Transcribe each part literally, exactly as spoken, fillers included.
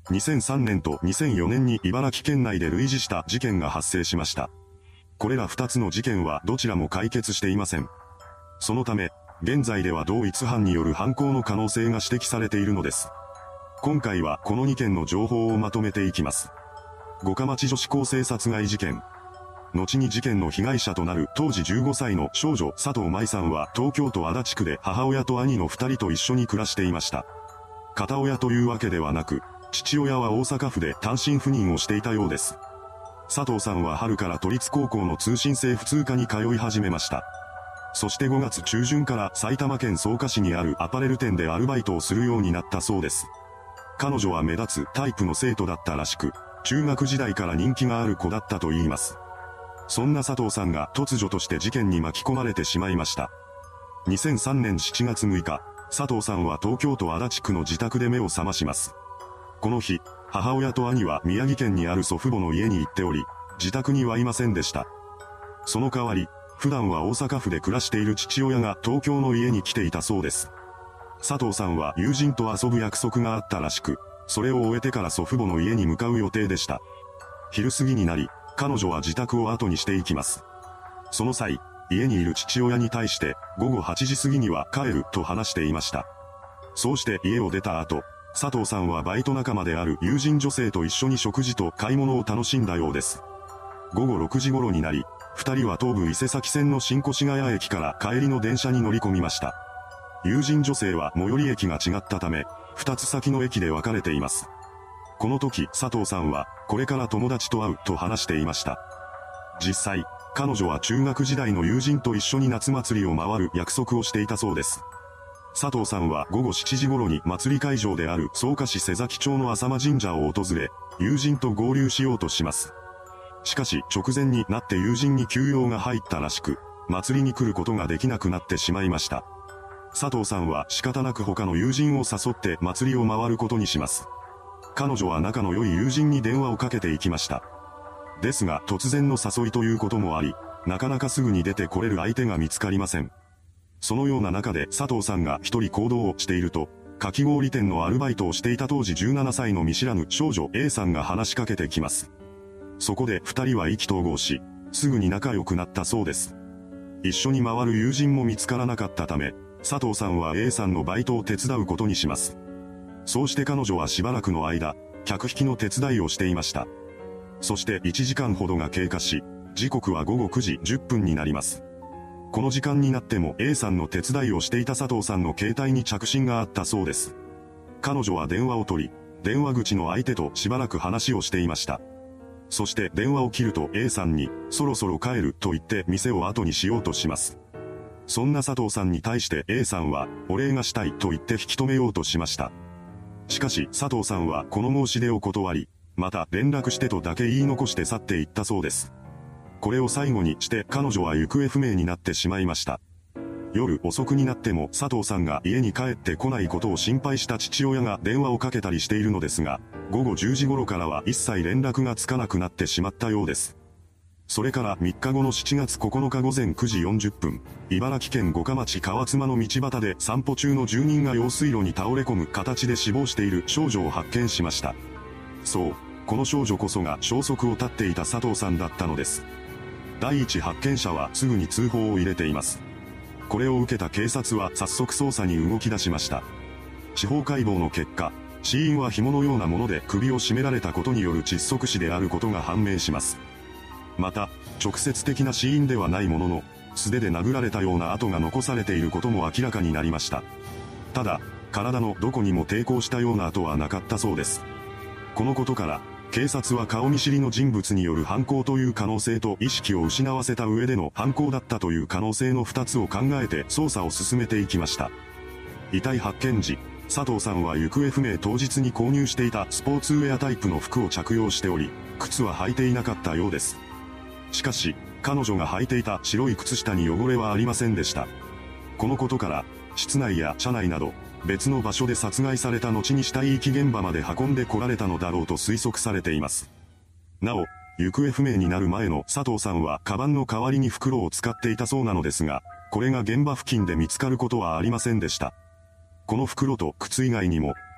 にせんさんねんとにせんよねんに茨城県内で類似した事件が発生しました。これらふたつの事件はどちらも解決していません。そのため、現在では同一犯による犯行の可能性が指摘されているのです。今回はこのにけんの情報をまとめていきます。五日町女子高生殺害事件。後に事件の被害者となる当時じゅうごさいの少女佐藤舞さんは東京都足立区で母親と兄のふたりと一緒に暮らしていました。片親というわけではなく、父親は大阪府で単身赴任をしていたようです。佐藤さんは春から都立高校の通信制普通科に通い始めました。そしてごがつちゅうじゅんから埼玉県草加市にあるアパレル店でアルバイトをするようになったそうです。彼女は目立つタイプの生徒だったらしく、中学時代から人気がある子だったといいます。そんな佐藤さんが突如として事件に巻き込まれてしまいました。にせんさんねんしちがつむいか、佐藤さんは東京都足立区の自宅で目を覚まします。この日、母親と兄は宮城県にある祖父母の家に行っており、自宅にはいませんでした。その代わり、普段は大阪府で暮らしている父親が東京の家に来ていたそうです。佐藤さんは友人と遊ぶ約束があったらしく、それを終えてから祖父母の家に向かう予定でした。昼過ぎになり、彼女は自宅を後にしていきます。その際、家にいる父親に対して、ごごはちじ過ぎには帰ると話していました。そうして家を出た後、佐藤さんはバイト仲間である友人女性と一緒に食事と買い物を楽しんだようです。ごごろくじ頃になり、二人は東武伊勢崎線の新越谷駅から帰りの電車に乗り込みました。友人女性は最寄り駅が違ったため、二つ先の駅で別れています。この時、佐藤さんは、これから友達と会うと話していました。実際、彼女は中学時代の友人と一緒に夏祭りを回る約束をしていたそうです。佐藤さんはごごしちじ頃に祭り会場である草加市瀬崎町の浅間神社を訪れ、友人と合流しようとします。しかし直前になって友人に急用が入ったらしく、祭りに来ることができなくなってしまいました。佐藤さんは仕方なく他の友人を誘って祭りを回ることにします。彼女は仲の良い友人に電話をかけていきました。ですが突然の誘いということもあり、なかなかすぐに出てこれる相手が見つかりません。そのような中で佐藤さんが一人行動をしていると、かき氷店のアルバイトをしていた当時じゅうななさいの見知らぬ少女 A さんが話しかけてきます。そこで二人は意気投合し、すぐに仲良くなったそうです。一緒に回る友人も見つからなかったため、佐藤さんは A さんのバイトを手伝うことにします。そうして彼女はしばらくの間、客引きの手伝いをしていました。そしていちじかんほどが経過し、時刻はごごくじじゅっぷんになります。この時間になっても A さんの手伝いをしていた佐藤さんの携帯に着信があったそうです。彼女は電話を取り、電話口の相手としばらく話をしていました。そして電話を切ると A さんに、そろそろ帰ると言って店を後にしようとします。そんな佐藤さんに対して A さんは、お礼がしたいと言って引き止めようとしました。しかし佐藤さんはこの申し出を断り、また連絡してとだけ言い残して去っていったそうです。これを最後にして彼女は行方不明になってしまいました。夜遅くになっても佐藤さんが家に帰ってこないことを心配した父親が電話をかけたりしているのですが、ごごじゅうじ頃からは一切連絡がつかなくなってしまったようです。それからみっかごのしちがつここのか午前くじよんじゅっぷん、茨城県五日町川妻の道端で散歩中の住人が用水路に倒れ込む形で死亡している少女を発見しました。そう、この少女こそが消息を絶っていた佐藤さんだったのです。第一発見者はすぐに通報を入れています。これを受けた警察は早速捜査に動き出しました。司法解剖の結果、死因は紐のようなもので首を絞められたことによる窒息死であることが判明します。また、直接的な死因ではないものの、素手で殴られたような跡が残されていることも明らかになりました。ただ、体のどこにも抵抗したような跡はなかったそうです。このことから、警察は顔見知りの人物による犯行という可能性と意識を失わせた上での犯行だったという可能性の二つを考えて捜査を進めていきました。遺体発見時、佐藤さんは行方不明当日に購入していたスポーツウェアタイプの服を着用しており、靴は履いていなかったようです。しかし、彼女が履いていた白い靴下に汚れはありませんでした。このことから、室内や車内など、別の場所で殺害された後に死体遺棄現場まで運んでこられたのだろうと推測されています。なお、行方不明になる前の佐藤さんはカバンの代わりに袋を使っていたそうなのですが、これが現場付近で見つかることはありませんでした。この袋と靴以外にも、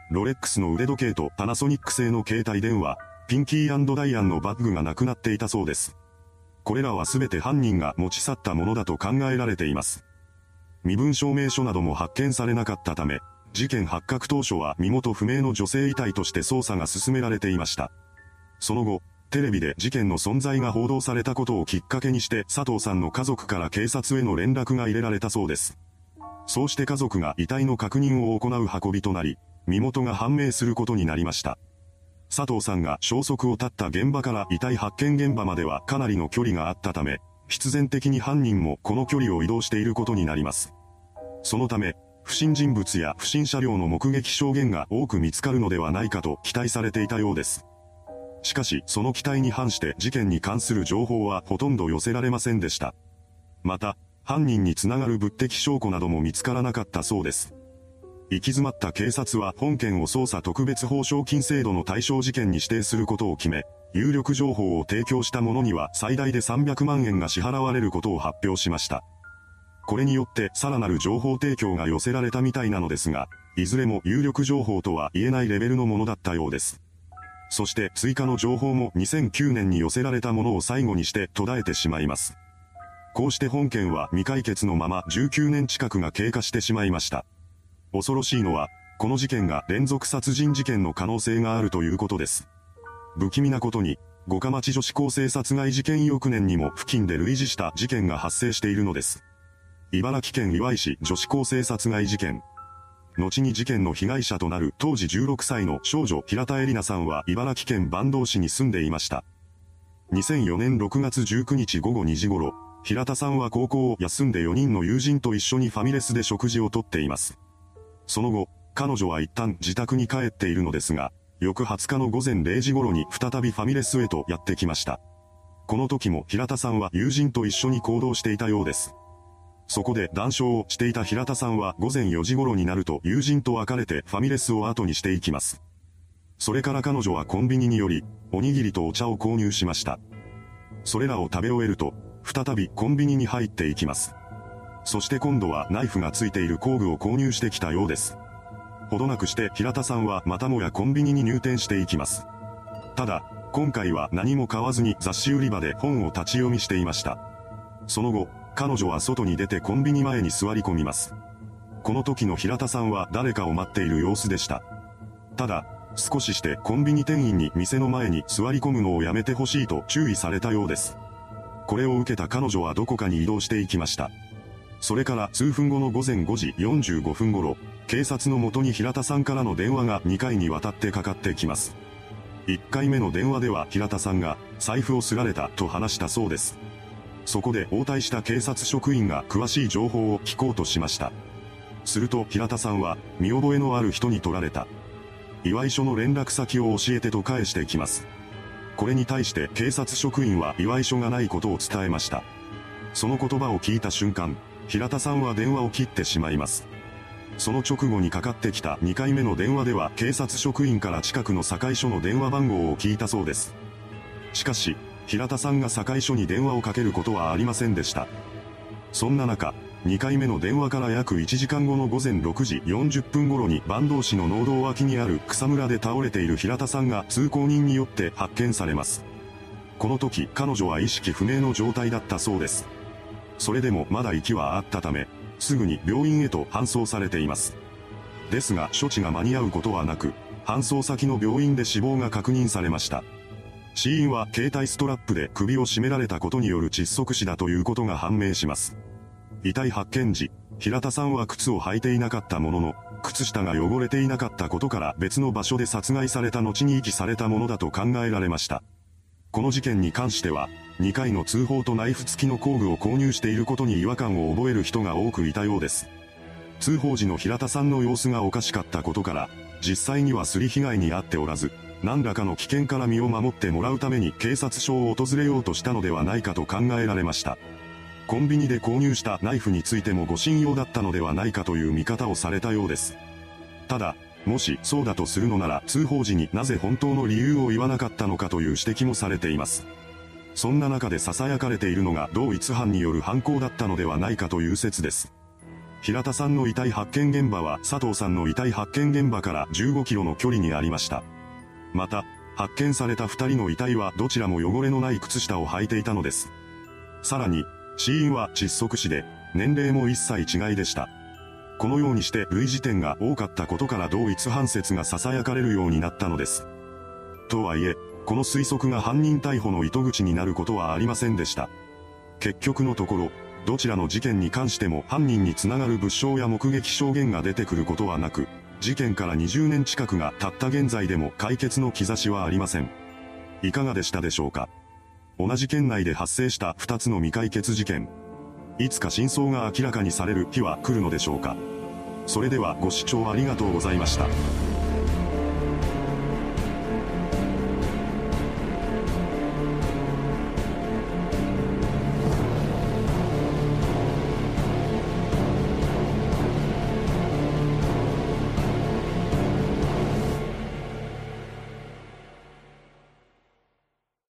ロレックスの腕時計とパナソニック製の携帯電話、ピンキー&ダイアンのバッグがなくなっていたそうです。これらはすべて犯人が持ち去ったものだと考えられています。身分証明書なども発見されなかったため、事件発覚当初は身元不明の女性遺体として捜査が進められていました。その後、テレビで事件の存在が報道されたことをきっかけにして佐藤さんの家族から警察への連絡が入れられたそうです。そうして家族が遺体の確認を行う運びとなり、身元が判明することになりました。佐藤さんが消息を絶った現場から遺体発見現場まではかなりの距離があったため、必然的に犯人もこの距離を移動していることになります。そのため、不審人物や不審車両の目撃証言が多く見つかるのではないかと期待されていたようです。しかし、その期待に反して事件に関する情報はほとんど寄せられませんでした。また、犯人につながる物的証拠なども見つからなかったそうです。行き詰まった警察は本件を捜査特別報奨金制度の対象事件に指定することを決め、有力情報を提供した者には最大でさんびゃくまんえんが支払われることを発表しました。これによってさらなる情報提供が寄せられたみたいなのですが、いずれも有力情報とは言えないレベルのものだったようです。そして追加の情報もにせんきゅうねんに寄せられたものを最後にして途絶えてしまいます。こうして本件は未解決のままじゅうきゅうねん近くが経過してしまいました。恐ろしいのは、この事件が連続殺人事件の可能性があるということです。不気味なことに、五日町女子高生殺害事件翌年にも付近で類似した事件が発生しているのです。茨城県岩井市女子高生殺害事件。後に事件の被害者となる当時じゅうろくさいの少女平田絵里奈さんは茨城県坂東市に住んでいました。にせんよねんろくがつじゅうくにちごごにじ頃、平田さんは高校を休んでよにんの友人と一緒にファミレスで食事をとっています。その後、彼女は一旦自宅に帰っているのですが、翌はつかのごぜんれいじ頃に再びファミレスへとやってきました。この時も平田さんは友人と一緒に行動していたようです。そこで談笑をしていた平田さんはごぜんよじ頃になると友人と別れてファミレスを後にしていきます。それから彼女はコンビニにより、おにぎりとお茶を購入しました。それらを食べ終えると、再びコンビニに入っていきます。そして今度はナイフがついている工具を購入してきたようです。ほどなくして平田さんはまたもやコンビニに入店していきます。ただ、今回は何も買わずに雑誌売り場で本を立ち読みしていました。その後、彼女は外に出てコンビニ前に座り込みます。この時の平田さんは誰かを待っている様子でした。ただ、少ししてコンビニ店員に店の前に座り込むのをやめてほしいと注意されたようです。これを受けた彼女はどこかに移動していきました。それから数分後のごぜんごじよんじゅうごふん頃、警察の元に平田さんからの電話がにかいにわたってかかってきます。いっかいめの電話では平田さんが財布をすられたと話したそうです。そこで応対した警察職員が詳しい情報を聞こうとしました。すると平田さんは見覚えのある人に取られた。岩井署の連絡先を教えてと返してきます。これに対して警察職員は岩井署がないことを伝えました。その言葉を聞いた瞬間、平田さんは電話を切ってしまいます。その直後にかかってきたにかいめの電話では警察職員から近くの堺署の電話番号を聞いたそうです。しかし、平田さんが堺署に電話をかけることはありませんでした。そんな中、にかいめの電話から約いちじかんごのごぜんろくじよんじゅっぷん頃に坂東市の農道脇にある草むらで倒れている平田さんが通行人によって発見されます。この時彼女は意識不明の状態だったそうです。それでもまだ息はあったため、すぐに病院へと搬送されています。ですが処置が間に合うことはなく、搬送先の病院で死亡が確認されました。死因は携帯ストラップで首を絞められたことによる窒息死だということが判明します。遺体発見時、平田さんは靴を履いていなかったものの、靴下が汚れていなかったことから別の場所で殺害された後に遺棄されたものだと考えられました。この事件に関しては、にかいの通報とナイフ付きの工具を購入していることに違和感を覚える人が多くいたようです。通報時の平田さんの様子がおかしかったことから、実際にはすり被害に遭っておらず、何らかの危険から身を守ってもらうために警察署を訪れようとしたのではないかと考えられました。コンビニで購入したナイフについても護身用だったのではないかという見方をされたようです。ただ、もしそうだとするのなら通報時になぜ本当の理由を言わなかったのかという指摘もされています。そんな中で囁かれているのが同一犯による犯行だったのではないかという説です。 平田さんの遺体発見現場は佐藤さんの遺体発見現場からじゅうごキロの距離にありました。また、発見されたふたりの遺体はどちらも汚れのない靴下を履いていたのです。さらに、死因は窒息死で、年齢も一切違いでした。このようにして類似点が多かったことから同一犯説が囁かれるようになったのです。とはいえ、この推測が犯人逮捕の糸口になることはありませんでした。結局のところ、どちらの事件に関しても犯人につながる物証や目撃証言が出てくることはなく、事件からにじゅうねん近くが経った現在でも解決の兆しはありません。いかがでしたでしょうか。同じ県内で発生したふたつの未解決事件。いつか真相が明らかにされる日は来るのでしょうか。それではご視聴ありがとうございました。